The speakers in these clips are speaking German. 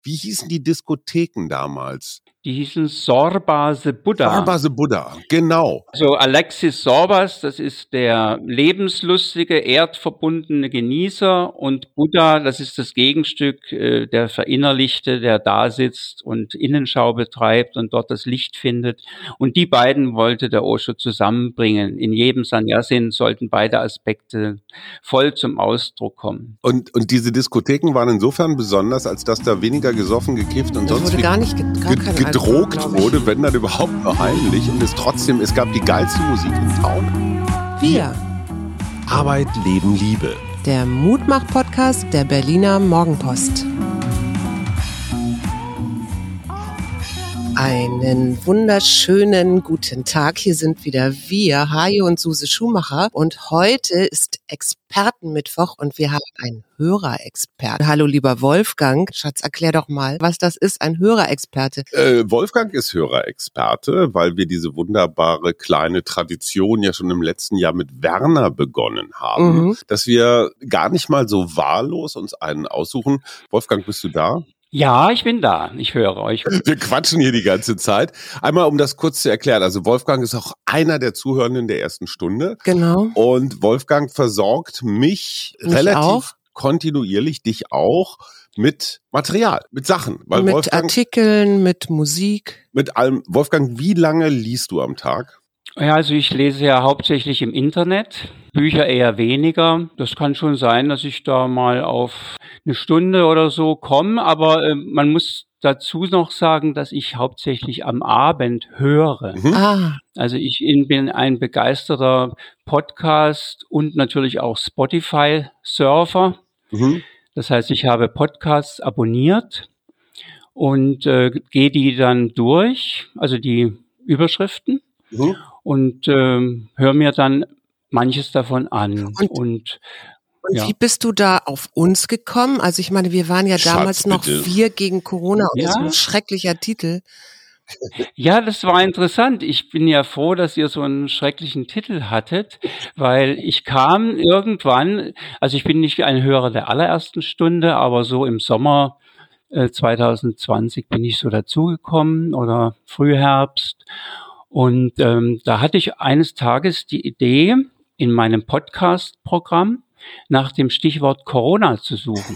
Wie hießen die Diskotheken damals? Die hießen Sorbase Buddha. Sorbase Buddha, genau. Also Alexis Sorbas, das ist der lebenslustige, erdverbundene Genießer, und Buddha, das ist das Gegenstück, der Verinnerlichte, der da sitzt und Innenschau betreibt und dort das Licht findet. Und die beiden wollte der Osho zusammenbringen. In jedem Sannyasin sollten beide Aspekte voll zum Ausdruck kommen. Und diese Diskotheken waren insofern besonders, als dass da weniger gesoffen, gekifft und sonst wurde gar kein gedrogt Alkohol, wurde, wenn dann überhaupt nur heimlich. Und es gab die geilste Musik in Town. Wir. Arbeit, Leben, Liebe. Der Mutmach-Podcast der Berliner Morgenpost. Einen wunderschönen guten Tag. Hier sind wieder wir, Hajo und Suse Schumacher. Und heute ist Expertenmittwoch und wir haben einen Hörerexperten. Hallo lieber Wolfgang. Schatz, erklär doch mal, was das ist, ein Hörerexperte. Wolfgang ist Hörerexperte, weil wir diese wunderbare kleine Tradition ja schon im letzten Jahr mit Werner begonnen haben, dass wir gar nicht mal so wahllos uns einen aussuchen. Wolfgang, bist du da? Ja, ich bin da. Ich höre euch. Wir quatschen hier die ganze Zeit. Einmal, um das kurz zu erklären. Also Wolfgang ist auch einer der Zuhörenden der ersten Stunde. Genau. Und Wolfgang versorgt mich relativ auch kontinuierlich, dich auch, mit Material, mit Sachen. Weil mit Wolfgang, Artikeln, mit Musik. mit allem. Wolfgang, wie lange liest du am Tag? Ja, also ich lese ja hauptsächlich im Internet, Bücher eher weniger. Das kann schon sein, dass ich da mal auf eine Stunde oder so komme, aber man muss dazu noch sagen, dass ich hauptsächlich am Abend höre. Also ich bin ein begeisterter Podcast und natürlich auch Spotify-Surfer. Das heißt, ich habe Podcasts abonniert und gehe die dann durch, also die Überschriften. Und höre mir dann manches davon an. Und wie bist du da auf uns gekommen? Also ich meine, wir waren ja damals noch Wir gegen Corona. Und das ist ein schrecklicher Titel. Ja, das war interessant. Ich bin ja froh, dass ihr so einen schrecklichen Titel hattet, weil ich kam irgendwann, also ich bin nicht ein Hörer der allerersten Stunde, aber so im Sommer 2020 bin ich so dazugekommen oder Frühherbst. Und da hatte ich eines Tages die Idee, in meinem Podcast-Programm nach dem Stichwort Corona zu suchen.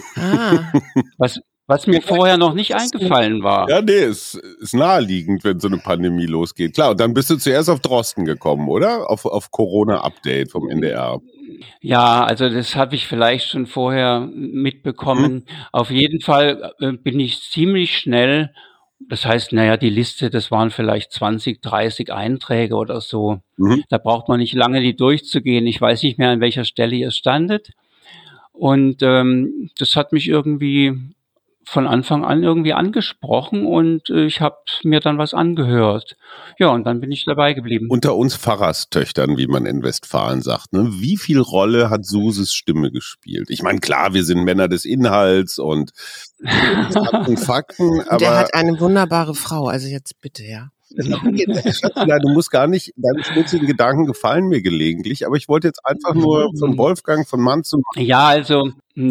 Was mir vorher noch nicht eingefallen war. Ja, nee, es ist naheliegend, wenn so eine Pandemie losgeht. Klar, und dann bist du zuerst auf Drosten gekommen, oder? Auf Corona-Update vom NDR. Ja, also das habe ich vielleicht schon vorher mitbekommen. Auf jeden Fall bin ich ziemlich schnell. Das heißt, die Liste, das waren vielleicht 20, 30 Einträge oder so. Da braucht man nicht lange, die durchzugehen. Ich weiß nicht mehr, an welcher Stelle ihr standet. Und das hat mich irgendwie von Anfang an irgendwie angesprochen und ich habe mir dann was angehört. Ja, und dann bin ich dabei geblieben. Unter uns Pfarrerstöchtern, wie man in Westfalen sagt, ne? Wie viel Rolle hat Suses Stimme gespielt? Ich meine, klar, wir sind Männer des Inhalts und Fakten, aber... Der hat eine wunderbare Frau, also jetzt bitte, ja. Du musst gar nicht, deine schmutzigen Gedanken gefallen mir gelegentlich, aber ich wollte jetzt einfach nur von Wolfgang, von Mann zu Mann. Ja, also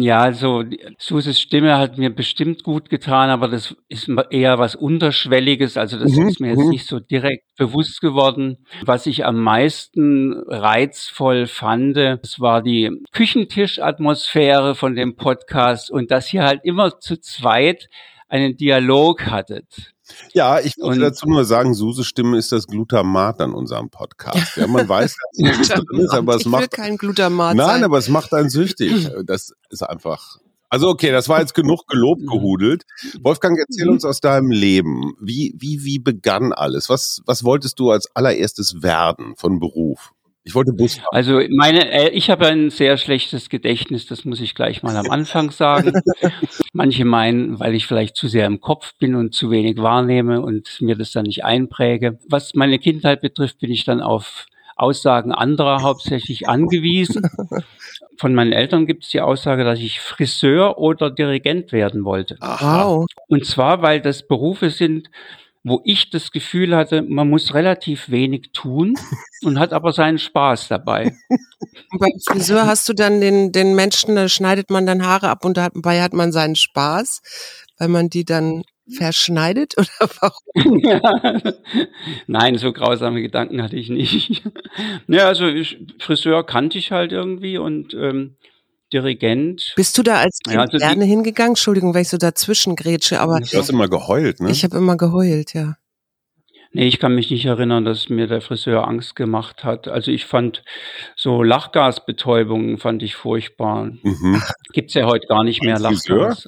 Suses Stimme hat mir bestimmt gut getan, aber das ist eher was Unterschwelliges, also das ist mir jetzt nicht so direkt bewusst geworden. Was ich am meisten reizvoll fand, das war die Küchentischatmosphäre von dem Podcast und dass ihr halt immer zu zweit einen Dialog hattet. Ja, ich wollte dazu nur sagen, Suses Stimme ist das Glutamat an unserem Podcast. Ja, man weiß, dass es drin ist, aber es macht kein Glutamat sein. Nein, aber es macht einen süchtig. Das ist einfach. Also okay, das war jetzt genug gelobt, gehudelt. Wolfgang, erzähl uns aus deinem Leben. Wie begann alles? Was wolltest du als allererstes werden von Beruf? Ich wollte Bus fahren. Also ich habe ein sehr schlechtes Gedächtnis, das muss ich gleich mal am Anfang sagen. Manche meinen, weil ich vielleicht zu sehr im Kopf bin und zu wenig wahrnehme und mir das dann nicht einpräge. Was meine Kindheit betrifft, bin ich dann auf Aussagen anderer hauptsächlich angewiesen. Von meinen Eltern gibt es die Aussage, dass ich Friseur oder Dirigent werden wollte. Wow. Und zwar, weil das Berufe sind, wo ich das Gefühl hatte, man muss relativ wenig tun und hat aber seinen Spaß dabei. Und beim Friseur hast du dann den Menschen, da schneidet man dann Haare ab und dabei hat man seinen Spaß. weil man die dann verschneidet oder warum? Ja. Nein, so grausame Gedanken hatte ich nicht. Ja, also Friseur kannte ich halt irgendwie und Dirigent. Bist du da als Ja, Kind also gerne hingegangen? Entschuldigung, weil ich so dazwischen grätsche, aber Du hast immer geheult, ne? ich habe immer geheult, ja. Nee, ich kann mich nicht erinnern, dass mir der Friseur Angst gemacht hat. Also ich fand so Lachgasbetäubungen fand ich furchtbar. Mhm. Gibt's ja heute gar nicht mehr Friseur? Lachgas.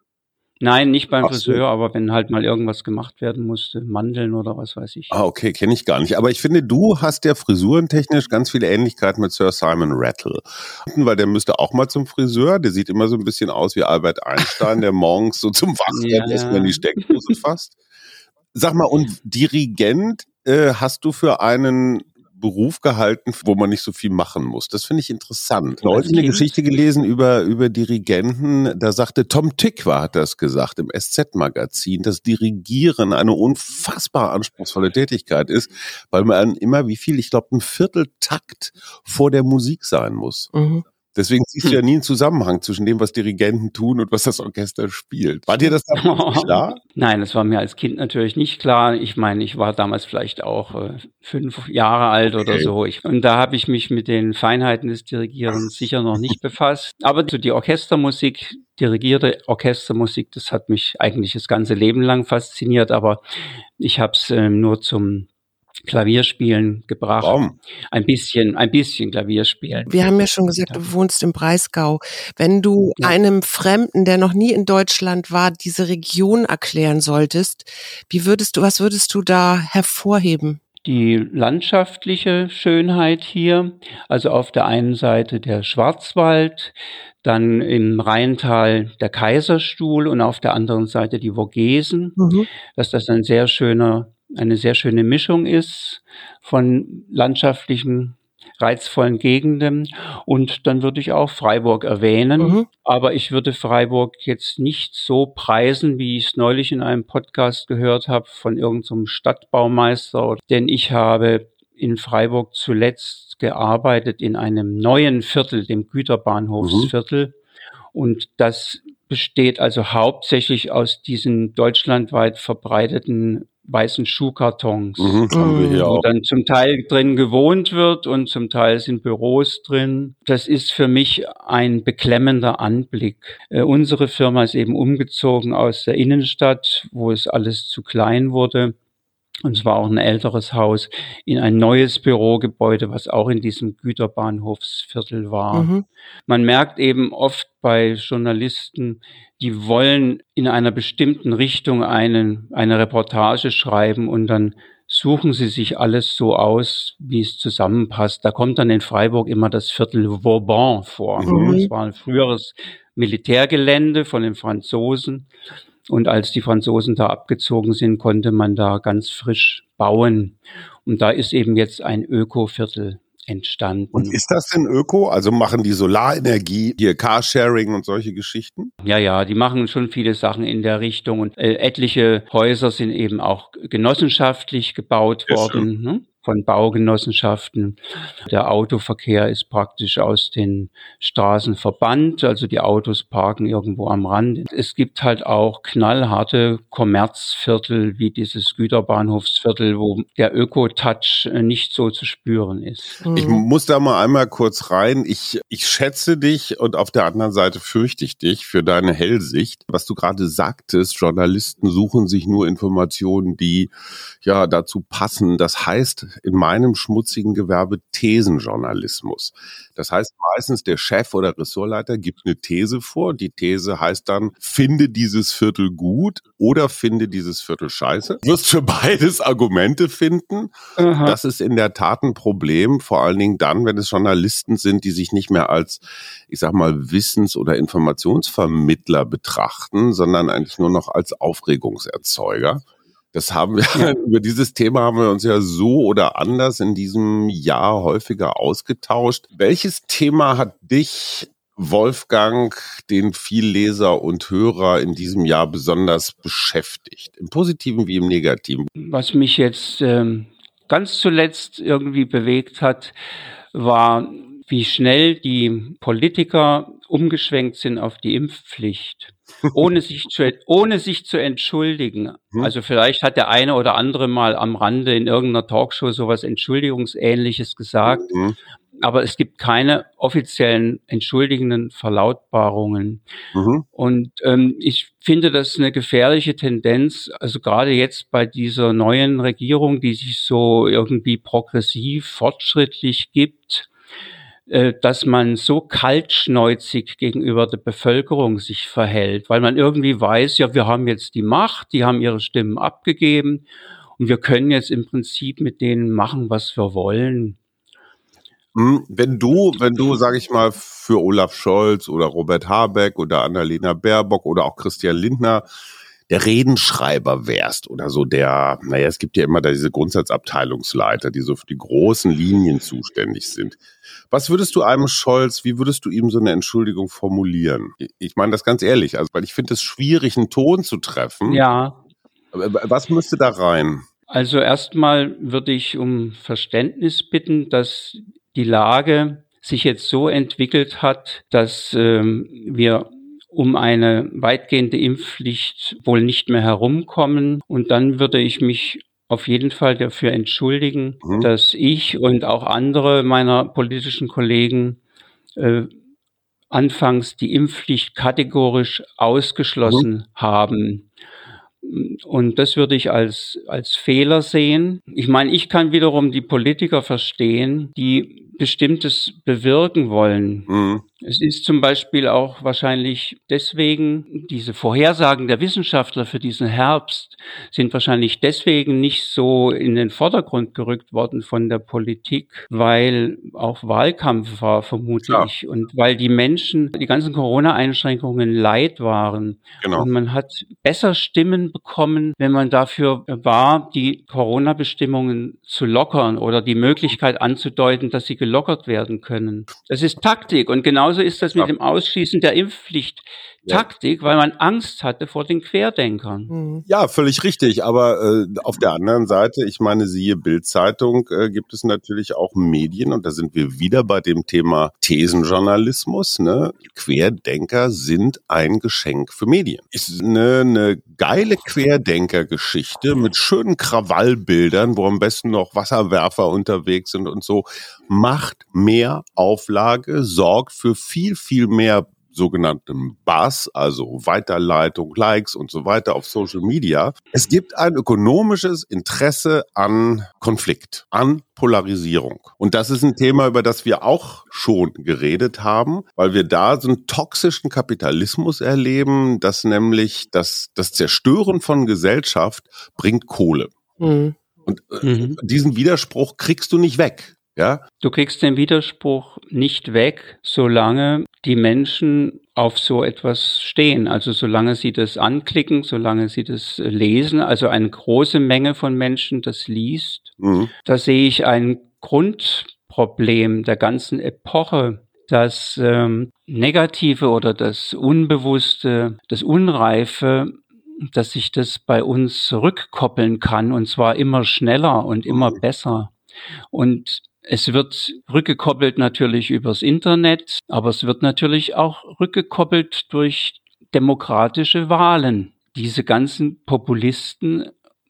Nein, nicht beim Ach so. Friseur, aber wenn halt mal irgendwas gemacht werden musste, Mandeln oder was weiß ich. Ah, okay, kenne ich gar nicht. Aber ich finde, du hast ja frisurentechnisch ganz viele Ähnlichkeiten mit Sir Simon Rattle. Weil der müsste auch mal zum Friseur. Der sieht immer so ein bisschen aus wie Albert Einstein, der morgens so zum Wachwerden erstmal in die Steckdose fasst. Sag mal, und Dirigent hast du für einen Beruf gehalten, wo man nicht so viel machen muss. Das finde ich interessant. Neulich eine Geschichte gelesen über Dirigenten, da sagte Tom Tykwer, hat das gesagt, im SZ-Magazin, dass Dirigieren eine unfassbar anspruchsvolle Tätigkeit ist, weil man immer, ich glaube, ein Vierteltakt vor der Musik sein muss. Mhm. Deswegen siehst du ja nie einen Zusammenhang zwischen dem, was Dirigenten tun und was das Orchester spielt. War dir das damals klar? Nein, das war mir als Kind natürlich nicht klar. Ich meine, ich war damals vielleicht auch 5 Jahre alt oder so. Und da habe ich mich mit den Feinheiten des Dirigierens sicher noch nicht befasst. Aber so die Orchestermusik, dirigierte Orchestermusik, das hat mich eigentlich das ganze Leben lang fasziniert. Aber ich habe es nur zum Klavierspielen gebracht. Warum? Ein bisschen Klavierspielen. Wir haben ja schon gesagt, du wohnst im Breisgau. Wenn du einem Fremden, der noch nie in Deutschland war, diese Region erklären solltest, was würdest du da hervorheben? Die landschaftliche Schönheit hier, also auf der einen Seite der Schwarzwald, dann im Rheintal der Kaiserstuhl und auf der anderen Seite die Vogesen, dass das eine sehr schöne Mischung ist von landschaftlichen, reizvollen Gegenden. Und dann würde ich auch Freiburg erwähnen. Aber ich würde Freiburg jetzt nicht so preisen, wie ich es neulich in einem Podcast gehört habe von irgendeinem Stadtbaumeister. Denn ich habe in Freiburg zuletzt gearbeitet in einem neuen Viertel, dem Güterbahnhofsviertel. Und das besteht also hauptsächlich aus diesen deutschlandweit verbreiteten weißen Schuhkartons, haben wir hier wo auch. dann zum Teil drin gewohnt wird und zum Teil sind Büros drin. Das ist für mich ein beklemmender Anblick. Unsere Firma ist eben umgezogen aus der Innenstadt, wo es alles zu klein wurde. Und es war auch ein älteres Haus, in ein neues Bürogebäude, was auch in diesem Güterbahnhofsviertel war. Man merkt eben oft bei Journalisten, die wollen in einer bestimmten Richtung eine Reportage schreiben und dann suchen sie sich alles so aus, wie es zusammenpasst. Da kommt dann in Freiburg immer das Viertel Vauban vor. Das war ein früheres Militärgelände von den Franzosen. Und als die Franzosen da abgezogen sind, konnte man da ganz frisch bauen. Und da ist eben jetzt ein Ökoviertel entstanden. Und ist das denn Öko? Also machen die Solarenergie, hier Carsharing und solche Geschichten? Ja, die machen schon viele Sachen in der Richtung. Und etliche Häuser sind eben auch genossenschaftlich gebaut worden, ne? Von Baugenossenschaften. Der Autoverkehr ist praktisch aus den Straßen verbannt, also die Autos parken irgendwo am Rand. Es gibt halt auch knallharte Kommerzviertel wie dieses Güterbahnhofsviertel, wo der Öko-Touch nicht so zu spüren ist. Ich muss da mal einmal kurz rein. Ich schätze dich und auf der anderen Seite fürchte ich dich für deine Hellsicht. Was du gerade sagtest, Journalisten suchen sich nur Informationen, die ja dazu passen. Das heißt in meinem schmutzigen Gewerbe Thesenjournalismus. Das heißt meistens, der Chef oder Ressortleiter gibt eine These vor. Die These heißt dann, finde dieses Viertel gut oder finde dieses Viertel scheiße. Du wirst für beides Argumente finden. Das ist in der Tat ein Problem, vor allen Dingen dann, wenn es Journalisten sind, die sich nicht mehr als, ich sag mal, Wissens- oder Informationsvermittler betrachten, sondern eigentlich nur noch als Aufregungserzeuger. Das haben wir, über dieses Thema haben wir uns ja so oder anders in diesem Jahr häufiger ausgetauscht. Welches Thema hat dich, Wolfgang, den Vielleser und Hörer in diesem Jahr besonders beschäftigt? Im Positiven wie im Negativen? Was mich jetzt ganz zuletzt irgendwie bewegt hat, war, wie schnell die Politiker umgeschwenkt sind auf die Impfpflicht. ohne sich zu entschuldigen. Mhm. Also vielleicht hat der eine oder andere mal am Rande in irgendeiner Talkshow sowas Entschuldigungsähnliches gesagt, Mhm. aber es gibt keine offiziellen entschuldigenden Verlautbarungen. Mhm. Und ich finde das eine gefährliche Tendenz, also gerade jetzt bei dieser neuen Regierung, die sich so irgendwie progressiv, fortschrittlich gibt, dass man so kaltschnäuzig gegenüber der Bevölkerung sich verhält, weil man irgendwie weiß, ja, wir haben jetzt die Macht, die haben ihre Stimmen abgegeben und wir können jetzt im Prinzip mit denen machen, was wir wollen. Wenn du, sage ich mal, für Olaf Scholz oder Robert Habeck oder Annalena Baerbock oder auch Christian Lindner der Redenschreiber wärst oder so es gibt ja immer da diese Grundsatzabteilungsleiter, die so für die großen Linien zuständig sind. Was würdest du einem Scholz, wie würdest du ihm so eine Entschuldigung formulieren? Ich meine das ganz ehrlich, also weil ich finde es schwierig, einen Ton zu treffen. Ja, Was müsste da rein? also erstmal würde ich um Verständnis bitten, dass die Lage sich jetzt so entwickelt hat, dass wir um eine weitgehende Impfpflicht wohl nicht mehr herumkommen. Und dann würde ich mich auf jeden Fall dafür entschuldigen, dass ich und auch andere meiner politischen Kollegen anfangs die Impfpflicht kategorisch ausgeschlossen haben. Und das würde ich als Fehler sehen. Ich meine, ich kann wiederum die Politiker verstehen, die Bestimmtes bewirken wollen. Es ist zum Beispiel auch wahrscheinlich deswegen, diese Vorhersagen der Wissenschaftler für diesen Herbst sind wahrscheinlich deswegen nicht so in den Vordergrund gerückt worden von der Politik, weil auch Wahlkampf war, vermute ich, und weil die Menschen, die ganzen Corona-Einschränkungen leid waren. Genau. Und man hat besser Stimmen bekommen, wenn man dafür war, die Corona-Bestimmungen zu lockern oder die Möglichkeit anzudeuten, dass sie gelockert werden können. Das ist Taktik. Und genauso ist das mit dem Ausschließen der Impfpflicht Taktik, weil man Angst hatte vor den Querdenkern. Ja, völlig richtig. Aber auf der anderen Seite, ich meine, siehe Bild-Zeitung, gibt es natürlich auch Medien, und da sind wir wieder bei dem Thema Thesenjournalismus. Ne? Querdenker sind ein Geschenk für Medien. Ist eine geile Querdenker-Geschichte mit schönen Krawallbildern, wo am besten noch Wasserwerfer unterwegs sind und so, macht mehr Auflage, sorgt für viel, viel mehr sogenannten Buzz, also Weiterleitung, Likes und so weiter auf Social Media. Es gibt ein ökonomisches Interesse an Konflikt, an Polarisierung. Und das ist ein Thema, über das wir auch schon geredet haben, weil wir da so einen toxischen Kapitalismus erleben, dass nämlich das Zerstören von Gesellschaft bringt Kohle. Und diesen Widerspruch kriegst du nicht weg. Ja? Du kriegst den Widerspruch nicht weg, solange die Menschen auf so etwas stehen. Also solange sie das anklicken, solange sie das lesen, also eine große Menge von Menschen das liest. Da sehe ich ein Grundproblem der ganzen Epoche, das Negative oder das Unbewusste, das Unreife, dass sich das bei uns rückkoppeln kann, und zwar immer schneller und immer besser. Und es wird rückgekoppelt natürlich übers Internet, aber es wird natürlich auch rückgekoppelt durch demokratische Wahlen. Diese ganzen Populisten,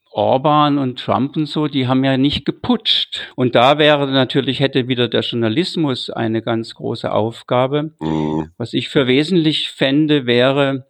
Orban und Trump und so, die haben ja nicht geputscht. Und da hätte wieder der Journalismus eine ganz große Aufgabe. Was ich für wesentlich fände, wäre,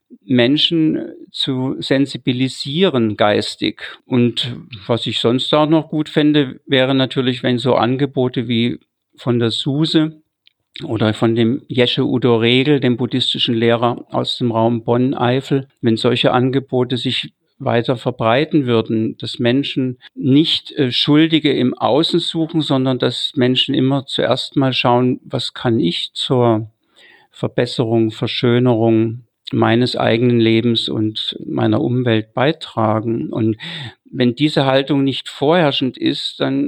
Menschen zu sensibilisieren geistig. Und was ich sonst auch noch gut fände, wäre natürlich, wenn so Angebote wie von der Suse oder von dem Jesche Udo Regel, dem buddhistischen Lehrer aus dem Raum Bonn-Eifel, wenn solche Angebote sich weiter verbreiten würden, dass Menschen nicht Schuldige im Außen suchen, sondern dass Menschen immer zuerst mal schauen, was kann ich zur Verbesserung, Verschönerung meines eigenen Lebens und meiner Umwelt beitragen. Und wenn diese Haltung nicht vorherrschend ist, dann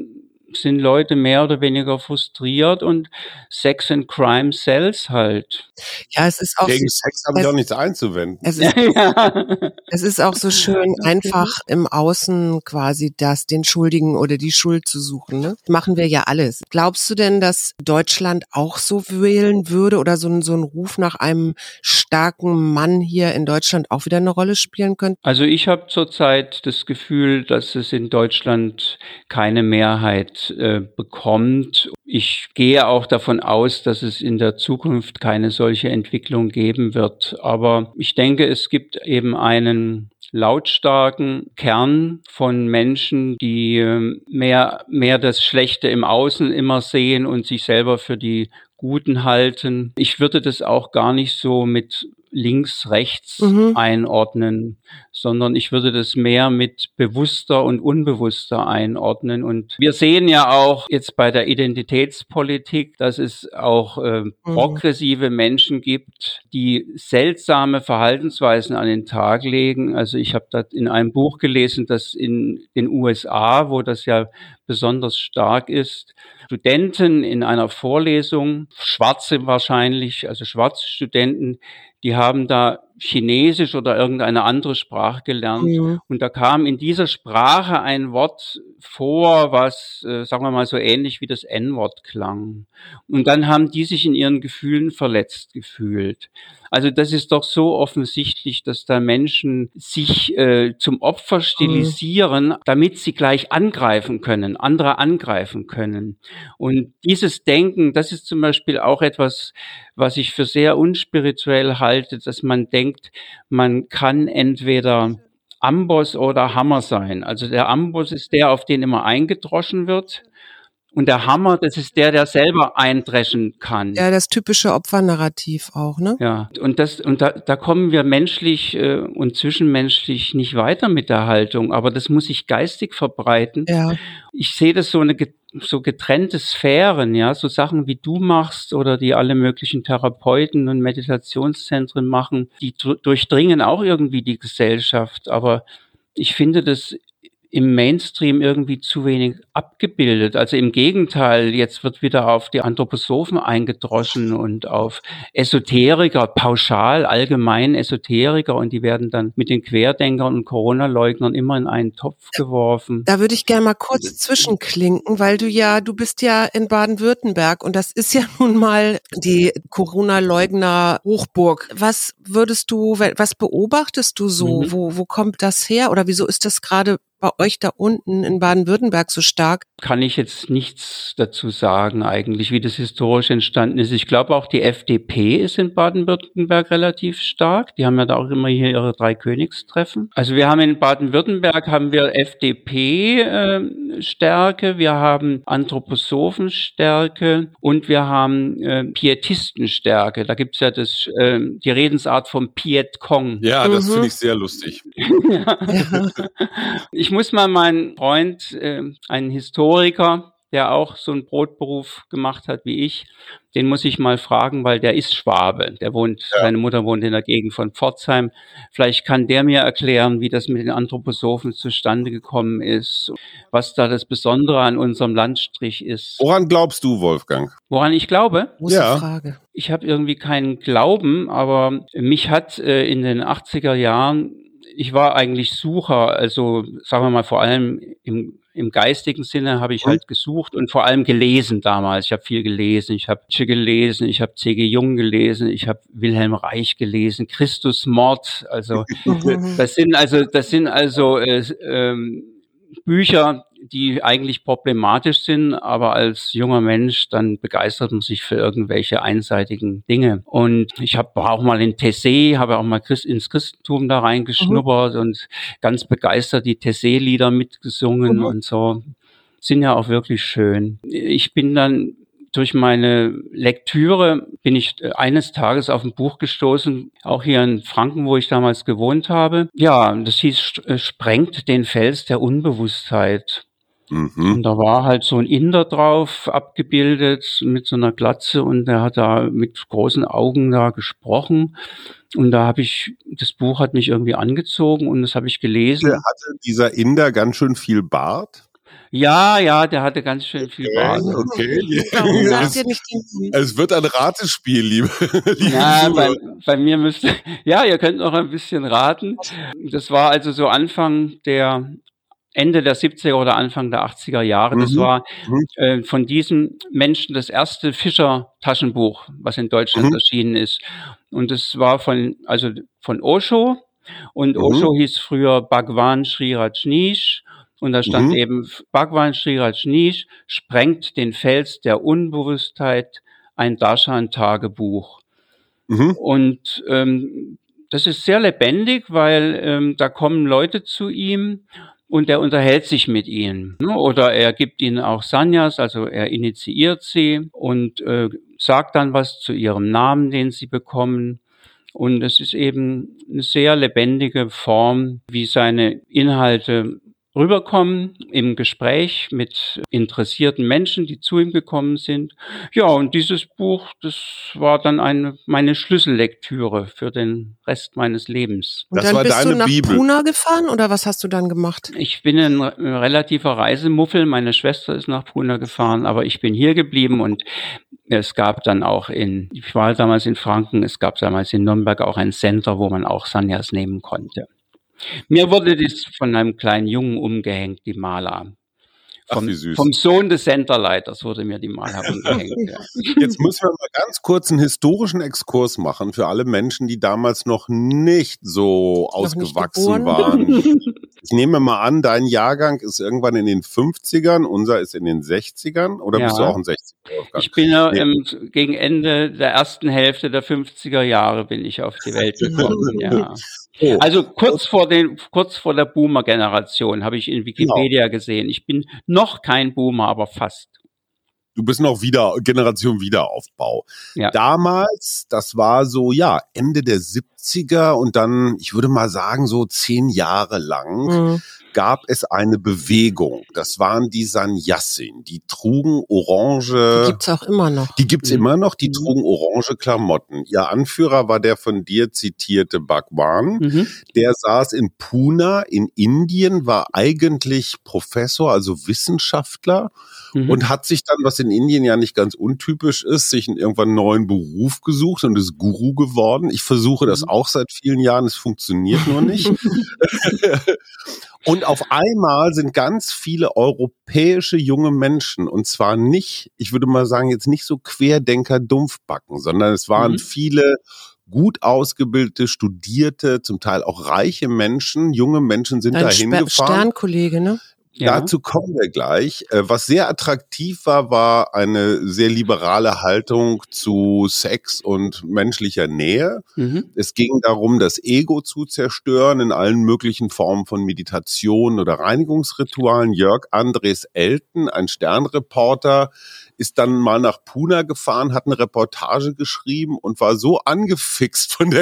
sind Leute mehr oder weniger frustriert und Sex and Crime sells halt. Ja, es ist auch Gegen Sex habe ich auch nichts einzuwenden. Es ist, Ja. es ist auch so schön, einfach im Außen quasi den Schuldigen oder die Schuld zu suchen. Ne? Machen wir ja alles. Glaubst du denn, dass Deutschland auch so wählen würde oder so ein Ruf nach einem starken Mann hier in Deutschland auch wieder eine Rolle spielen könnte? Also ich habe zurzeit das Gefühl, dass es in Deutschland keine Mehrheit bekommt. Ich gehe auch davon aus, dass es in der Zukunft keine solche Entwicklung geben wird. Aber ich denke, es gibt eben einen lautstarken Kern von Menschen, die mehr das Schlechte im Außen immer sehen und sich selber für die Guten halten. Ich würde das auch gar nicht so mit links, rechts einordnen, sondern ich würde das mehr mit bewusster und unbewusster einordnen. Und wir sehen ja auch jetzt bei der Identitätspolitik, dass es auch progressive Menschen gibt, die seltsame Verhaltensweisen an den Tag legen. Also ich habe da in einem Buch gelesen, dass in den USA, wo das ja besonders stark ist, Studenten in einer Vorlesung, Schwarze wahrscheinlich, also Schwarzstudenten, die haben da Chinesisch oder irgendeine andere Sprache gelernt. Und da kam in dieser Sprache ein Wort vor, was, sagen wir mal, so ähnlich wie das N-Wort klang. Und dann haben die sich in ihren Gefühlen verletzt gefühlt. Also das ist doch so offensichtlich, dass da Menschen sich zum Opfer stilisieren, damit sie gleich angreifen können, andere angreifen können. Und dieses Denken, das ist zum Beispiel auch etwas, was ich für sehr unspirituell halte, dass man denkt, man kann entweder Amboss oder Hammer sein. Also der Amboss ist der, auf den immer eingedroschen wird. Und der Hammer, das ist der selber eindreschen kann. Ja, das typische Opfernarrativ auch, ne? Ja, und da kommen wir menschlich und zwischenmenschlich nicht weiter mit der Haltung, aber das muss sich geistig verbreiten. Ja. Ich sehe das so getrennte Sphären, ja, so Sachen wie du machst oder die alle möglichen Therapeuten und Meditationszentren machen, die durchdringen auch irgendwie die Gesellschaft, aber ich finde das im Mainstream irgendwie zu wenig abgebildet. Also im Gegenteil, jetzt wird wieder auf die Anthroposophen eingedroschen und auf Esoteriker, pauschal, allgemein Esoteriker, und die werden dann mit den Querdenkern und Corona-Leugnern immer in einen Topf geworfen. Da würde ich gerne mal kurz zwischenklinken, weil du bist ja in Baden-Württemberg und das ist ja nun mal die Corona-Leugner-Hochburg. Was beobachtest du so? Wo kommt das her oder wieso ist das gerade bei euch da unten in Baden-Württemberg so stark? Kann ich jetzt nichts dazu sagen eigentlich, wie das historisch entstanden ist. Ich glaube auch die FDP ist in Baden-Württemberg relativ stark. Die haben ja da auch immer hier ihre 3 Königstreffen. Also wir haben in Baden-Württemberg FDP-Stärke, wir haben Anthroposophen-Stärke und wir haben Pietistenstärke. Da gibt's ja die Redensart vom Piet Kong. Ja, das finde ich sehr lustig. Ja. Ich muss mal meinen Freund, einen Historiker, der auch so einen Brotberuf gemacht hat wie ich, den muss ich mal fragen, weil der ist Schwabe. Seine Mutter wohnt in der Gegend von Pforzheim. Vielleicht kann der mir erklären, wie das mit den Anthroposophen zustande gekommen ist, was da das Besondere an unserem Landstrich ist. Woran glaubst du, Wolfgang? Woran ich glaube? Große Frage. Ich habe irgendwie keinen Glauben, aber mich hat in den 80er Jahren, ich war eigentlich Sucher, also sagen wir mal vor allem im geistigen Sinne habe ich halt gesucht und vor allem gelesen damals. Ich habe viel gelesen, ich habe Nietzsche gelesen, ich habe C.G. Jung gelesen, ich habe Wilhelm Reich gelesen, Christusmord. Also das sind Bücher, die eigentlich problematisch sind, aber als junger Mensch dann begeistert man sich für irgendwelche einseitigen Dinge. Und ich war auch mal in Taizé, habe auch mal ins Christentum da reingeschnuppert und ganz begeistert die Taizé-Lieder mitgesungen und so. Sind ja auch wirklich schön. Ich bin dann durch meine Lektüre bin ich eines Tages auf ein Buch gestoßen, auch hier in Franken, wo ich damals gewohnt habe. Ja, das hieß Sprengt den Fels der Unbewusstheit. Und da war halt so ein Inder drauf abgebildet mit so einer Glatze und der hat da mit großen Augen da gesprochen. Und das Buch hat mich irgendwie angezogen und das habe ich gelesen. Hatte dieser Inder ganz schön viel Bart? Ja, der hatte ganz schön viel Bart. Okay. Warum sagt ihr nicht den Es wird ein Ratespiel, liebe Ja, Zuhörer. bei mir ja, ihr könnt noch ein bisschen raten. Das war also so Ende der 70er oder Anfang der 80er Jahre. Das war Mhm. von diesem Menschen das erste Fischer-Taschenbuch, was in Deutschland Mhm. erschienen ist. Und es war von Osho. Und Mhm. Osho hieß früher Bhagwan Sri Rajneesh. Und da stand Mhm. eben, Bhagwan Sri Rajneesh sprengt den Fels der Unbewusstheit, ein Darshan-Tagebuch. Mhm. Und das ist sehr lebendig, weil da kommen Leute zu ihm und er unterhält sich mit ihnen. Ne? Oder er gibt ihnen auch Sannyas, also er initiiert sie und sagt dann was zu ihrem Namen, den sie bekommen. Und es ist eben eine sehr lebendige Form, wie seine Inhalte rüberkommen im Gespräch mit interessierten Menschen, die zu ihm gekommen sind. Ja, und dieses Buch, das war dann meine Schlüssellektüre für den Rest meines Lebens. Und Das dann war bist du deine nach Bibel. Pune gefahren oder was hast du dann gemacht? Ich bin ein relativer Reisemuffel. Meine Schwester ist nach Pune gefahren, aber ich bin hier geblieben und es gab dann auch ich war damals in Franken, es gab damals in Nürnberg auch ein Center, wo man auch Sannyas nehmen konnte. Mir wurde das von einem kleinen Jungen umgehängt, die Mala. Ach, wie süß. Vom Sohn des Centerleiters wurde mir die Mala umgehängt. Ja. Jetzt müssen wir mal ganz kurz einen historischen Exkurs machen für alle Menschen, die damals noch nicht so ausgewachsen waren. Ich nehme mal an, dein Jahrgang ist irgendwann in den 50ern, unser ist in den 60ern, oder bist du Ja. auch ein 60er? Ich bin ja gegen Ende der ersten Hälfte der 50er Jahre bin ich auf die Welt gekommen. Ja. Oh. Also kurz vor der Boomer-Generation habe ich in Wikipedia gesehen. Ich bin noch kein Boomer, aber fast. Du bist noch Generation Wiederaufbau. Ja. Damals, das war so, ja, Ende der 70er und dann, ich würde mal sagen, so 10 Jahre lang gab es eine Bewegung. Das waren die Sannyasin. Die trugen orange. Die gibt's auch immer noch. Die gibt's immer noch. Die trugen orange Klamotten. Ihr Anführer war der von dir zitierte Bhagwan. Der saß in Pune in Indien, war eigentlich Professor, also Wissenschaftler und hat sich dann, was in Indien ja nicht ganz untypisch ist, sich irgendwann einen neuen Beruf gesucht und ist Guru geworden. Ich versuche das auch seit vielen Jahren. Es funktioniert nur nicht. Und auf einmal sind ganz viele europäische junge Menschen, und zwar nicht, ich würde mal sagen, jetzt nicht so Querdenker, Dumpfbacken, sondern es waren viele gut ausgebildete, studierte, zum Teil auch reiche Menschen, junge Menschen sind dahin gefahren. Sternkollege, ne? Ja. Dazu kommen wir gleich. Was sehr attraktiv war eine sehr liberale Haltung zu Sex und menschlicher Nähe. Es ging darum, das Ego zu zerstören in allen möglichen Formen von Meditation oder Reinigungsritualen. Jörg Andres Elten, ein Sternreporter, ist dann mal nach Pune gefahren, hat eine Reportage geschrieben und war so angefixt von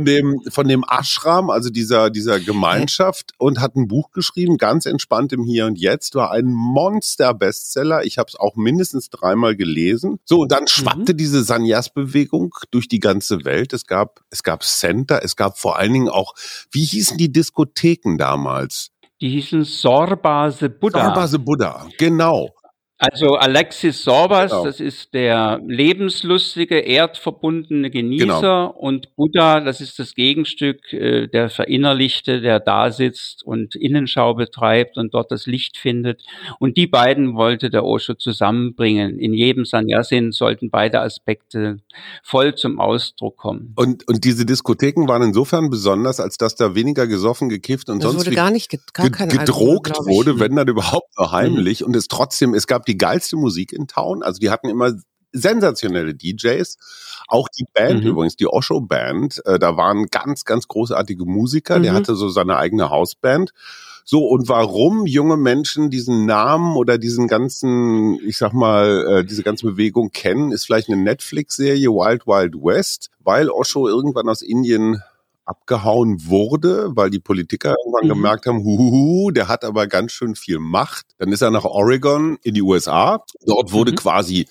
dem Ashram, also dieser Gemeinschaft, und hat ein Buch geschrieben, ganz entspannt im Hier und Jetzt, war ein Monster-Bestseller. Ich habe es auch mindestens 3-mal gelesen. So, und dann schwappte diese Sannyas-Bewegung durch die ganze Welt. Es gab Center, es gab vor allen Dingen auch, wie hießen die Diskotheken damals? Die hießen Sorbase Buddha. Sorbase Buddha, genau. Also Alexis Sorbas, Genau. Das ist der lebenslustige, erdverbundene Genießer, Genau. und Buddha, das ist das Gegenstück, der Verinnerlichte, der da sitzt und Innenschau betreibt und dort das Licht findet. Und die beiden wollte der Osho zusammenbringen. In jedem Sannyasin sollten beide Aspekte voll zum Ausdruck kommen. Und diese Diskotheken waren insofern besonders, als dass da weniger gesoffen, gekifft und Das sonst wurde wie gar kein Alkohol, gedrogt glaub ich. wurde, wenn dann überhaupt nur heimlich. Und es gab die geilste Musik in Town. Also die hatten immer sensationelle DJs. Auch die Band übrigens, die Osho Band, da waren ganz, ganz großartige Musiker. Der hatte so seine eigene Hausband. So, und warum junge Menschen diesen Namen oder diesen ganzen, ich sag mal, diese ganze Bewegung kennen, ist vielleicht eine Netflix-Serie Wild Wild West, weil Osho irgendwann aus Indien abgehauen wurde, weil die Politiker irgendwann gemerkt haben, der hat aber ganz schön viel Macht. Dann ist er nach Oregon in die USA. Dort wurde quasi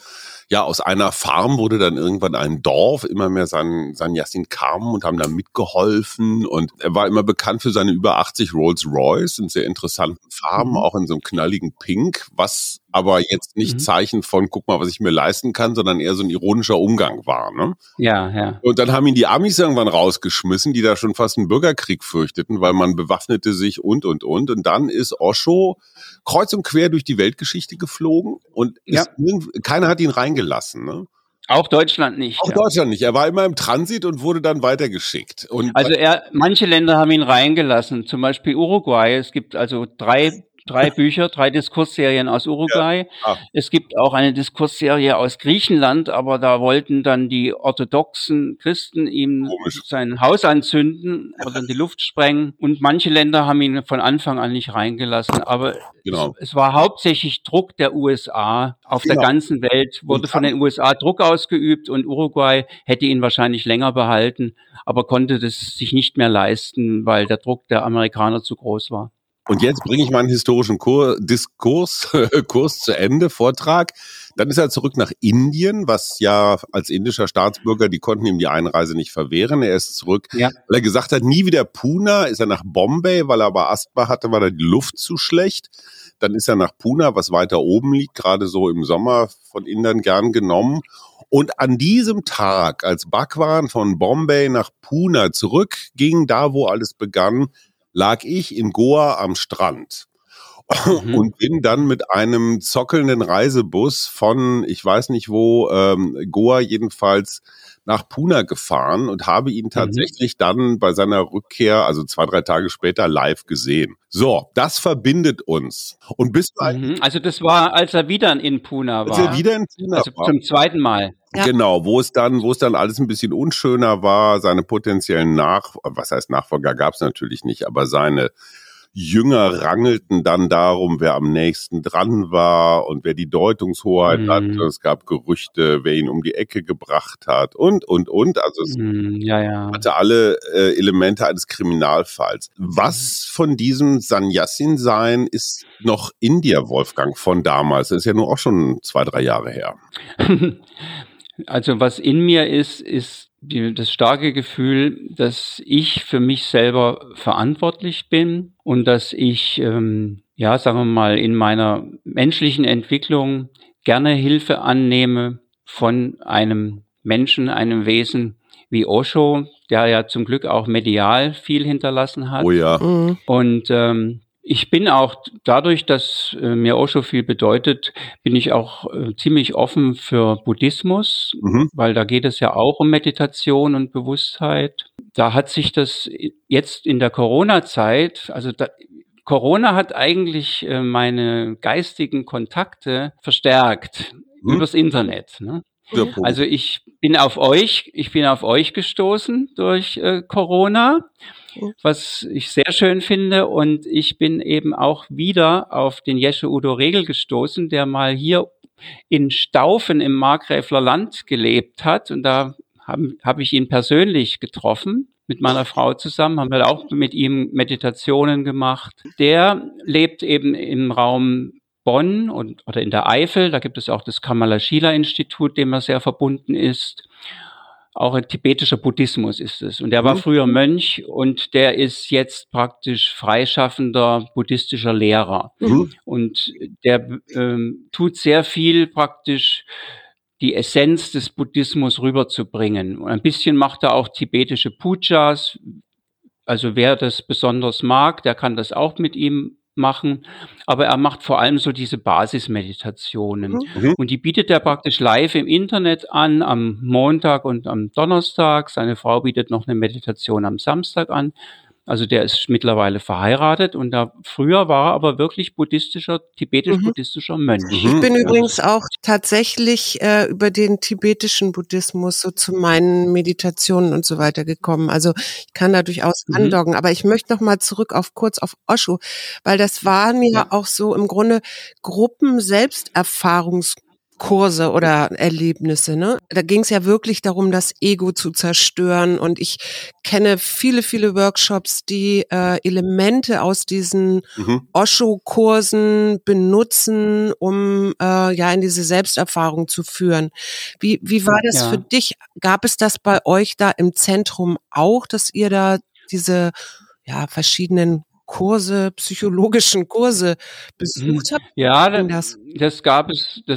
ja, aus einer Farm wurde dann irgendwann ein Dorf. Immer mehr Sannyasin kamen und haben da mitgeholfen. Und er war immer bekannt für seine über 80 Rolls-Royce in sehr interessanten Farben, auch in so einem knalligen Pink, was aber jetzt nicht Zeichen von, guck mal, was ich mir leisten kann, sondern eher so ein ironischer Umgang war, ne? Ja, ja. Und dann haben ihn die Amis irgendwann rausgeschmissen, die da schon fast einen Bürgerkrieg fürchteten, weil man bewaffnete sich und. Und dann ist Osho kreuz und quer durch die Weltgeschichte geflogen und keiner hat ihn reingelassen, ne? Auch Deutschland nicht. Auch Deutschland nicht. Er war immer im Transit und wurde dann weitergeschickt. Und also manche Länder haben ihn reingelassen, zum Beispiel Uruguay. Es gibt also drei Bücher, 3 Diskursserien aus Uruguay. Ja. Es gibt auch eine Diskursserie aus Griechenland, aber da wollten dann die orthodoxen Christen ihm sein Haus anzünden oder in die Luft sprengen. Und manche Länder haben ihn von Anfang an nicht reingelassen. Aber es war hauptsächlich Druck der USA. Auf der ganzen Welt wurde von den USA Druck ausgeübt und Uruguay hätte ihn wahrscheinlich länger behalten, aber konnte das sich nicht mehr leisten, weil der Druck der Amerikaner zu groß war. Und jetzt bringe ich meinen historischen Kurs zu Ende, Vortrag. Dann ist er zurück nach Indien, was ja als indischer Staatsbürger, die konnten ihm die Einreise nicht verwehren. Er ist zurück, weil er gesagt hat, nie wieder Pune, ist er nach Bombay, weil er aber Asthma hatte, war da die Luft zu schlecht. Dann ist er nach Pune, was weiter oben liegt, gerade so im Sommer von Indern gern genommen. Und an diesem Tag, als Bhagwan von Bombay nach Pune zurückging, da wo alles begann, lag ich in Goa am Strand und bin dann mit einem zockelnden Reisebus von, ich weiß nicht wo, Goa jedenfalls, nach Pune gefahren und habe ihn tatsächlich dann bei seiner Rückkehr, also 2-3 Tage später, live gesehen. So, das verbindet uns. Und bist du Also das war, als er wieder in Pune war. Als er wieder in Pune war. Zum zweiten Mal. Ja. Genau, wo es dann alles ein bisschen unschöner war, seine potenziellen was heißt Nachfolger gab es natürlich nicht, aber seine Jünger rangelten dann darum, wer am nächsten dran war und wer die Deutungshoheit hatte. Es gab Gerüchte, wer ihn um die Ecke gebracht hat und. Also es hatte alle Elemente eines Kriminalfalls. Was von diesem Sannyasin-Sein ist noch in dir, Wolfgang, von damals? Das ist ja nur auch schon 2-3 Jahre her. Also was in mir ist das starke Gefühl, dass ich für mich selber verantwortlich bin und dass ich, sagen wir mal, in meiner menschlichen Entwicklung gerne Hilfe annehme von einem Menschen, einem Wesen wie Osho, der ja zum Glück auch medial viel hinterlassen hat. Oh ja. Und ich bin auch dadurch, dass mir Osho viel bedeutet, bin ich auch ziemlich offen für Buddhismus, weil da geht es ja auch um Meditation und Bewusstheit. Da hat sich das jetzt in der Corona-Zeit, Corona hat eigentlich meine geistigen Kontakte verstärkt übers Internet, ne? Also ich bin auf euch gestoßen durch Corona, was ich sehr schön finde, und ich bin eben auch wieder auf den Jesche Udo Regel gestoßen, der mal hier in Staufen im Markgräfler Land gelebt hat, und da habe ich ihn persönlich getroffen. Mit meiner Frau zusammen, haben wir auch mit ihm Meditationen gemacht. Der lebt eben im Raum Bonn oder in der Eifel, da gibt es auch das Kamalashila-Institut, dem er sehr verbunden ist. Auch ein tibetischer Buddhismus ist es. Und der war früher Mönch und der ist jetzt praktisch freischaffender buddhistischer Lehrer. Und der tut sehr viel praktisch die Essenz des Buddhismus rüberzubringen. Und ein bisschen macht er auch tibetische Pujas. Also wer das besonders mag, der kann das auch mit ihm machen, aber er macht vor allem so diese Basismeditationen. Und die bietet er praktisch live im Internet an, am Montag und am Donnerstag. Seine Frau bietet noch eine Meditation am Samstag an. Also der ist mittlerweile verheiratet und früher war er aber wirklich tibetisch-buddhistischer Mönch. Ich bin übrigens auch tatsächlich über den tibetischen Buddhismus so zu meinen Meditationen und so weiter gekommen. Also ich kann da durchaus andocken, aber ich möchte noch mal kurz auf Osho, weil das waren ja auch so im Grunde Gruppen-Selbsterfahrungs Kurse oder Erlebnisse, ne? Da ging es ja wirklich darum, das Ego zu zerstören. Und ich kenne viele, viele Workshops, die Elemente aus diesen Osho-Kursen benutzen, um in diese Selbsterfahrung zu führen. Wie war das für dich? Gab es das bei euch da im Zentrum auch, dass ihr da diese verschiedenen Kurse, psychologischen Kurse besucht habt? Ja, Das? das gab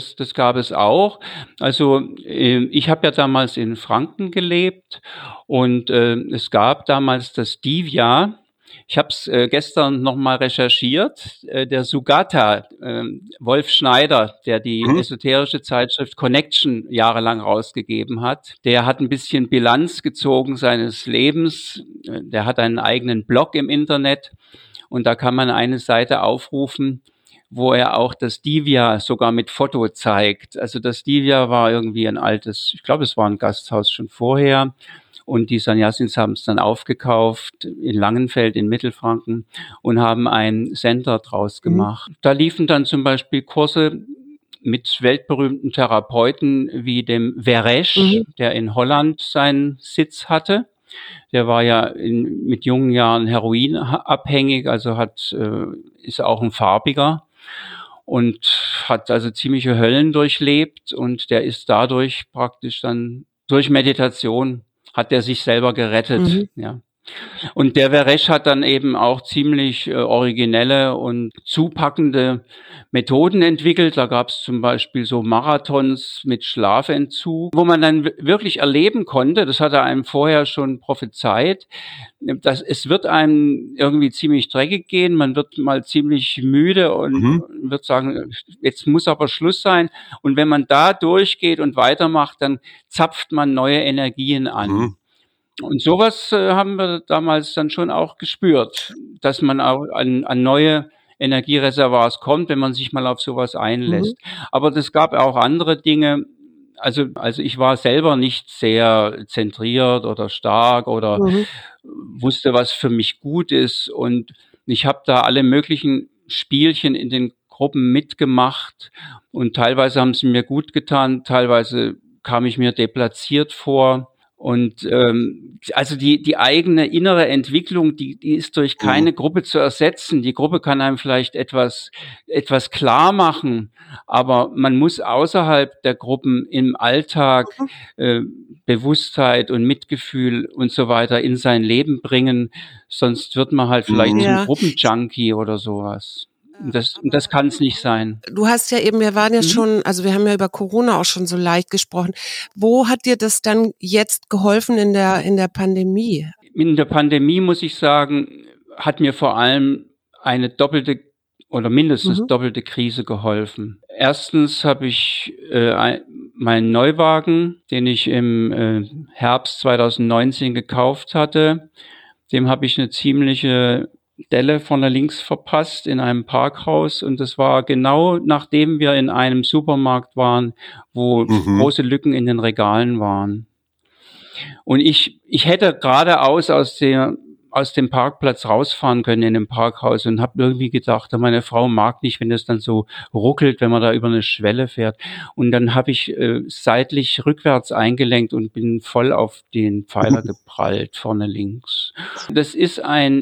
es auch. Also ich habe ja damals in Franken gelebt und es gab damals das Divya. Ich habe es gestern nochmal recherchiert. Der Sugata, Wolf Schneider, der die esoterische Zeitschrift Connection jahrelang rausgegeben hat, der hat ein bisschen Bilanz gezogen seines Lebens. Der hat einen eigenen Blog im Internet und da kann man eine Seite aufrufen, wo er auch das Divya sogar mit Foto zeigt. Also das Divya war irgendwie ein altes, ich glaube, es war ein Gasthaus schon vorher. Und die Sannyasins haben es dann aufgekauft in Langenfeld in Mittelfranken und haben ein Center draus gemacht. Da liefen dann zum Beispiel Kurse mit weltberühmten Therapeuten wie dem Veresch, der in Holland seinen Sitz hatte. Der war ja mit jungen Jahren heroinabhängig, also ist auch ein Farbiger und hat also ziemliche Höllen durchlebt und der ist dadurch praktisch dann durch Meditation hat er sich selber gerettet, ja. Und der Veresch hat dann eben auch ziemlich originelle und zupackende Methoden entwickelt. Da gab es zum Beispiel so Marathons mit Schlafentzug, wo man dann wirklich erleben konnte, das hat er einem vorher schon prophezeit, dass es wird einem irgendwie ziemlich dreckig gehen, man wird mal ziemlich müde und wird sagen, jetzt muss aber Schluss sein. Und wenn man da durchgeht und weitermacht, dann zapft man neue Energien an. Und sowas haben wir damals dann schon auch gespürt, dass man auch an neue Energiereservoirs kommt, wenn man sich mal auf sowas einlässt. Aber es gab auch andere Dinge. Also ich war selber nicht sehr zentriert oder stark oder wusste, was für mich gut ist. Und ich habe da alle möglichen Spielchen in den Gruppen mitgemacht. Und teilweise haben sie mir gut getan, teilweise kam ich mir deplatziert vor. Und also die eigene innere Entwicklung, die ist durch keine Gruppe zu ersetzen. Die Gruppe kann einem vielleicht etwas klar machen, aber man muss außerhalb der Gruppen im Alltag Bewusstheit und Mitgefühl und so weiter in sein Leben bringen, sonst wird man halt vielleicht zum Gruppenjunkie oder sowas. Das kann es nicht sein. Du hast ja eben, wir waren ja schon, also wir haben ja über Corona auch schon so leicht gesprochen. Wo hat dir das dann jetzt geholfen in der Pandemie? In der Pandemie, muss ich sagen, hat mir vor allem eine doppelte oder mindestens doppelte Krise geholfen. Erstens habe ich meinen Neuwagen, den ich im Herbst 2019 gekauft hatte, dem habe ich eine ziemliche Delle vorne links verpasst in einem Parkhaus und das war genau nachdem wir in einem Supermarkt waren, wo große Lücken in den Regalen waren. Und ich hätte geradeaus aus dem Parkplatz rausfahren können in dem Parkhaus und habe irgendwie gedacht, meine Frau mag nicht, wenn es dann so ruckelt, wenn man da über eine Schwelle fährt. Und dann habe ich seitlich rückwärts eingelenkt und bin voll auf den Pfeiler geprallt, vorne links. Das ist ein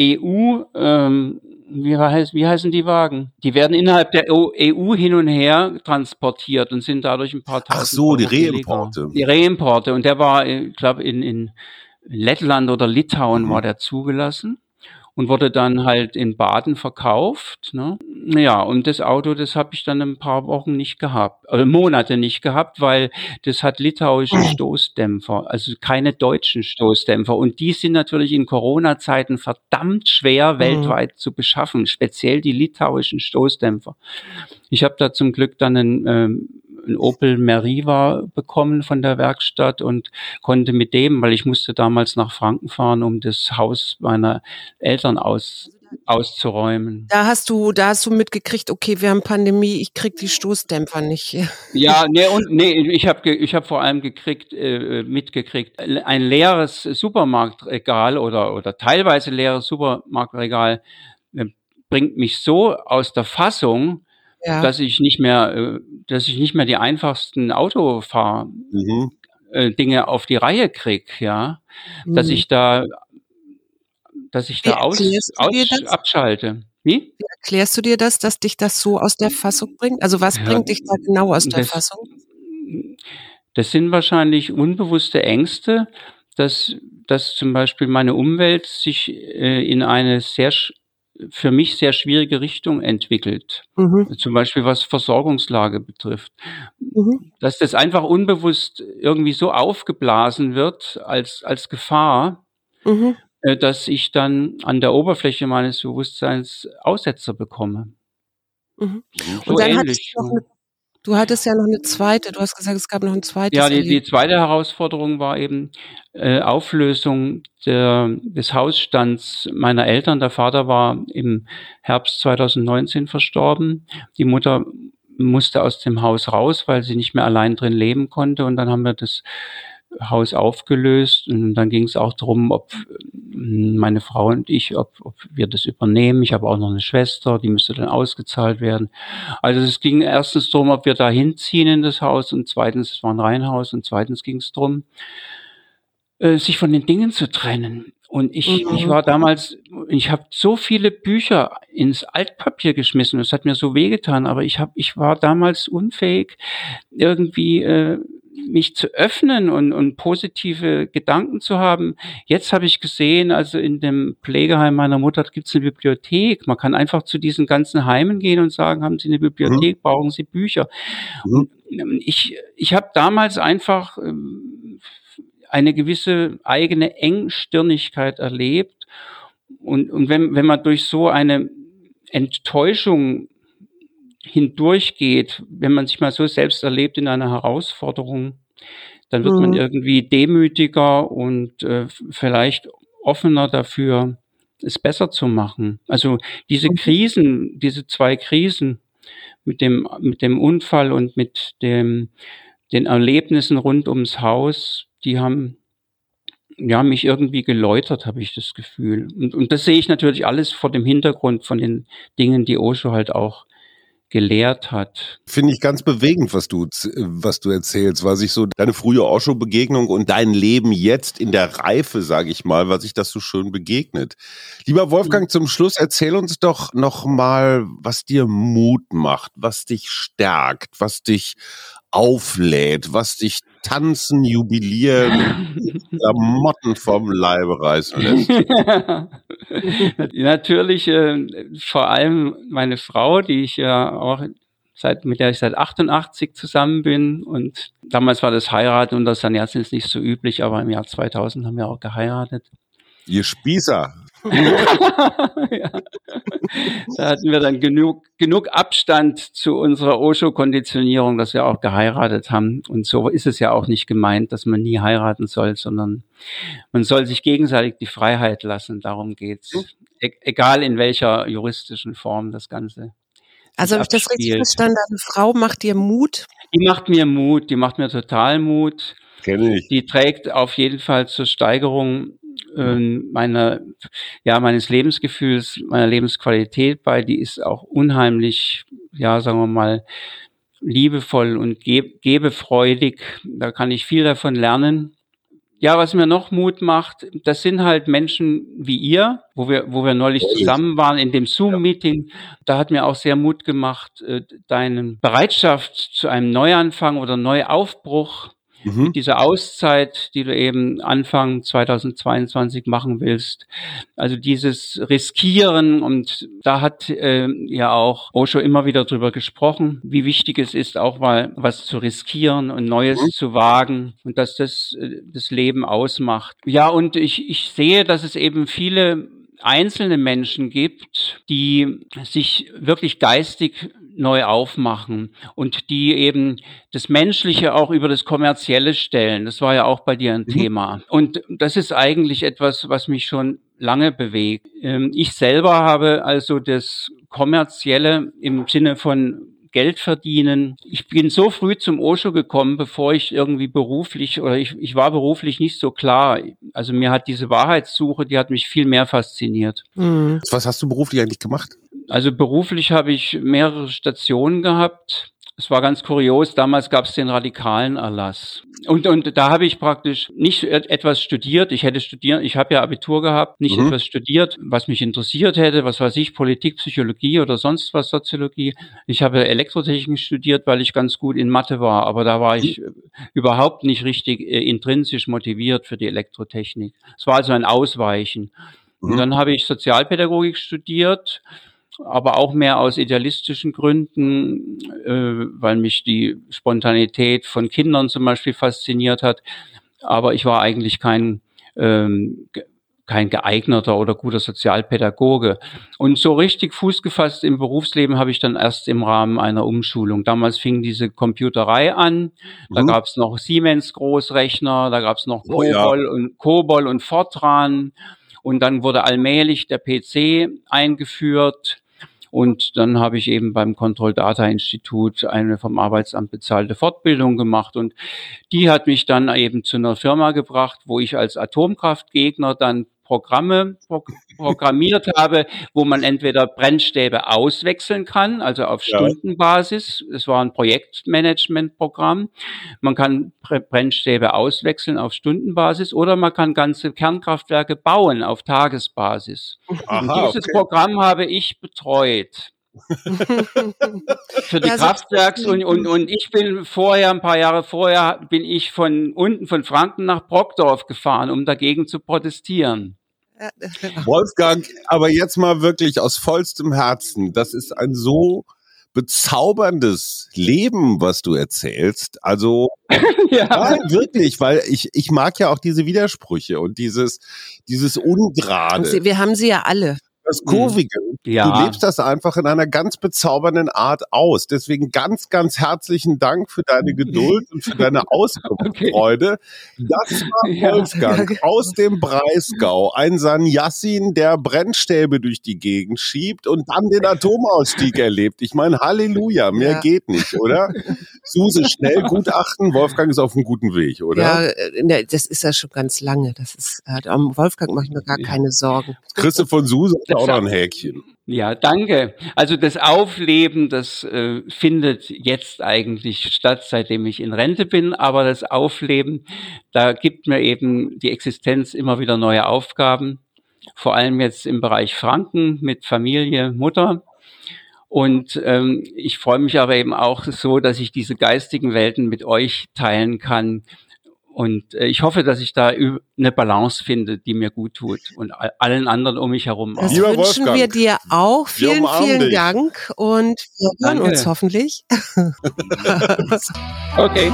wie heißen die Wagen? Die werden innerhalb der EU hin und her transportiert und sind dadurch ein paar tausend. Ach so, die Reimporte. Die Reimporte. Und der war, ich glaube, in Lettland oder Litauen war der zugelassen und wurde dann halt in Baden verkauft. Ne? Ja, und das Auto, das habe ich dann ein paar Wochen nicht gehabt, Monate nicht gehabt, weil das hat litauischen Stoßdämpfer, also keine deutschen Stoßdämpfer. Und die sind natürlich in Corona-Zeiten verdammt schwer weltweit zu beschaffen, speziell die litauischen Stoßdämpfer. Ich habe da zum Glück dann ein Opel Meriva bekommen von der Werkstatt und konnte mit dem, weil ich musste damals nach Franken fahren, um das Haus meiner Eltern auszuräumen. Da hast du mitgekriegt, okay, wir haben Pandemie, ich krieg die Stoßdämpfer nicht. Ja, ich habe vor allem mitgekriegt, ein leeres Supermarktregal oder teilweise leeres Supermarktregal bringt mich so aus der Fassung, Ja. dass ich nicht mehr die einfachsten Autofahr Mhm. Dinge auf die Reihe kriege, ja, dass Mhm. ich da Wie erklärst du dir das? abschalte. Wie? Wie erklärst du dir das, dass dich das so aus der Fassung bringt? Also, was Ja, bringt dich da genau aus der das Fassung? das sind wahrscheinlich unbewusste Ängste, dass zum Beispiel meine Umwelt sich, in eine für mich sehr schwierige Richtung entwickelt. Mhm. Zum Beispiel was Versorgungslage betrifft. Mhm. Dass das einfach unbewusst irgendwie so aufgeblasen wird als Gefahr, Mhm. dass ich dann an der Oberfläche meines Bewusstseins Aussetzer bekomme. Mhm. Mhm. Und So dann hattest ähnlich, du noch ne? 'ne du hattest ja noch 'ne zweite du hast gesagt, es gab noch 'n Ja, zweites die Erlebnis. zweite Herausforderung war eben, Auflösung des Hausstands meiner Eltern. Der Vater war im Herbst 2019 verstorben. Die Mutter musste aus dem Haus raus, weil sie nicht mehr allein drin leben konnte. Und dann haben wir das Haus aufgelöst. Und dann ging es auch darum, ob meine Frau und ich, ob wir das übernehmen. Ich habe auch noch eine Schwester, die müsste dann ausgezahlt werden. Also es ging erstens darum, ob wir da hinziehen in das Haus, und zweitens, es war ein Reihenhaus, und zweitens ging es darum, sich von den Dingen zu trennen. Und ich Mhm. war damals, ich habe so viele Bücher ins Altpapier geschmissen. Das hat mir so wehgetan, aber ich war damals unfähig, irgendwie mich zu öffnen und positive Gedanken zu haben. Jetzt habe ich gesehen, also in dem Pflegeheim meiner Mutter gibt es eine Bibliothek. Man kann einfach zu diesen ganzen Heimen gehen und sagen, haben Sie eine Mhm. Bibliothek, brauchen Sie Bücher? Mhm. Und ich habe damals einfach eine gewisse eigene Engstirnigkeit erlebt. Und wenn man durch so eine Enttäuschung hindurchgeht, wenn man sich mal so selbst erlebt in einer Herausforderung, dann wird man Mhm. irgendwie demütiger und vielleicht offener dafür, es besser zu machen. Also diese Mhm. Krisen, diese zwei Krisen mit dem Unfall und mit den Erlebnissen rund ums Haus, die haben ja mich irgendwie geläutert, habe ich das Gefühl. Und das sehe ich natürlich alles vor dem Hintergrund von den Dingen, die Osho halt auch gelehrt hat. Finde ich ganz bewegend, was du erzählst, weil sich so deine frühe Osho-Begegnung und dein Leben jetzt in der Reife, sage ich mal, weil sich das so schön begegnet. Lieber Wolfgang, zum Schluss erzähl uns doch noch mal, was dir Mut macht, was dich stärkt, was dich auflädt, was dich tanzen, jubilieren, Klamotten vom Leibe reißen lässt. Natürlich, vor allem meine Frau, die ich ja auch mit der ich seit 88 zusammen bin, und damals war das Heiraten unter Sannyasin nicht so üblich, aber im Jahr 2000 haben wir auch geheiratet. Ihr Spießer. Ja. Da hatten wir dann genug Abstand zu unserer Osho-Konditionierung, dass wir auch geheiratet haben. Und so ist es ja auch nicht gemeint, dass man nie heiraten soll, sondern man soll sich gegenseitig die Freiheit lassen. Darum geht's. Egal in welcher juristischen Form das Ganze Also, sich habe ich das richtig abspielt. verstanden? Deine Frau macht dir Mut? Die macht mir Mut, die macht mir total Mut. Kenn ich. Die trägt auf jeden Fall zur Steigerung meines Lebensgefühls, meiner Lebensqualität bei. Die ist auch unheimlich, ja, sagen wir mal, liebevoll und gebefreudig. Da kann ich viel davon lernen. Ja, was mir noch Mut macht, das sind halt Menschen wie ihr, wo wir neulich zusammen waren in dem Zoom-Meeting. Da hat mir auch sehr Mut gemacht, deine Bereitschaft zu einem Neuanfang oder Neuaufbruch Mhm. mit dieser Auszeit, die du eben Anfang 2022 machen willst. Also dieses Riskieren, und da hat ja auch Osho immer wieder drüber gesprochen, wie wichtig es ist, auch mal was zu riskieren und Neues zu wagen, und dass das das Leben ausmacht. Ja, und ich sehe, dass es eben viele einzelne Menschen gibt, die sich wirklich geistig neu aufmachen und die eben das Menschliche auch über das Kommerzielle stellen. Das war ja auch bei dir ein Thema. Und das ist eigentlich etwas, was mich schon lange bewegt. Ich selber habe also das Kommerzielle im Sinne von Geld verdienen. Ich bin so früh zum Osho gekommen, bevor ich irgendwie beruflich, oder ich war beruflich nicht so klar. Also mir hat diese Wahrheitssuche, die hat mich viel mehr fasziniert. Mhm. Was hast du beruflich eigentlich gemacht? Also beruflich habe ich mehrere Stationen gehabt. Es war ganz kurios, damals gab es den radikalen Erlass. Und da habe ich praktisch nicht etwas studiert. Ich habe ja Abitur gehabt, nicht etwas studiert, was mich interessiert hätte, was weiß ich, Politik, Psychologie oder sonst was, Soziologie. Ich habe Elektrotechnik studiert, weil ich ganz gut in Mathe war, aber da war ich überhaupt nicht richtig intrinsisch motiviert für die Elektrotechnik. Es war also ein Ausweichen. Und dann habe ich Sozialpädagogik studiert, aber auch mehr aus idealistischen Gründen, weil mich die Spontanität von Kindern zum Beispiel fasziniert hat. Aber ich war eigentlich kein geeigneter oder guter Sozialpädagoge. Und so richtig Fuß gefasst im Berufsleben habe ich dann erst im Rahmen einer Umschulung. Damals fing diese Computerei an. Da gab es noch Siemens Großrechner, da gab es noch COBOL und Fortran. Und dann wurde allmählich der PC eingeführt. Und dann habe ich eben beim Control-Data-Institut eine vom Arbeitsamt bezahlte Fortbildung gemacht. Und die hat mich dann eben zu einer Firma gebracht, wo ich als Atomkraftgegner dann Programme programmiert habe, wo man entweder Brennstäbe auswechseln kann, also auf Stundenbasis. Es war ein Projektmanagementprogramm. Man kann Brennstäbe auswechseln auf Stundenbasis oder man kann ganze Kernkraftwerke bauen auf Tagesbasis. Aha, dieses Programm habe ich betreut. Für die Kraftwerks und ich bin ein paar Jahre vorher, bin ich von Franken nach Brockdorf gefahren, um dagegen zu protestieren. Wolfgang, aber jetzt mal wirklich aus vollstem Herzen, das ist ein so bezauberndes Leben, was du erzählst. Also ja, wirklich, weil ich mag ja auch diese Widersprüche und dieses Ungerade. Wir haben sie ja alle. Das Kurvige. Ja. Du lebst das einfach in einer ganz bezaubernden Art aus. Deswegen ganz, ganz herzlichen Dank für deine Geduld und für deine Auskunftsfreude. Das war Wolfgang aus dem Breisgau. Ein Sanjassin, der Brennstäbe durch die Gegend schiebt und dann den Atomausstieg erlebt. Ich meine, Halleluja, mehr geht nicht, oder? Suse, schnell Gutachten. Wolfgang ist auf einem guten Weg, oder? Ja, das ist ja schon ganz lange. Wolfgang mache ich mir gar keine Sorgen. Christe von Suse auch noch ein Häkchen. Ja, danke. Also das Aufleben, das findet jetzt eigentlich statt, seitdem ich in Rente bin. Aber das Aufleben, da gibt mir eben die Existenz immer wieder neue Aufgaben. Vor allem jetzt im Bereich Franken mit Familie, Mutter. Und ich freue mich aber eben auch so, dass ich diese geistigen Welten mit euch teilen kann. Und ich hoffe, dass ich da eine Balance finde, die mir gut tut und allen anderen um mich herum auch. Das wünschen wir dir auch. Vielen, vielen Dank und wir hören uns hoffentlich. Okay.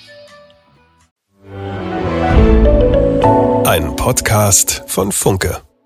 Ein Podcast von Funke.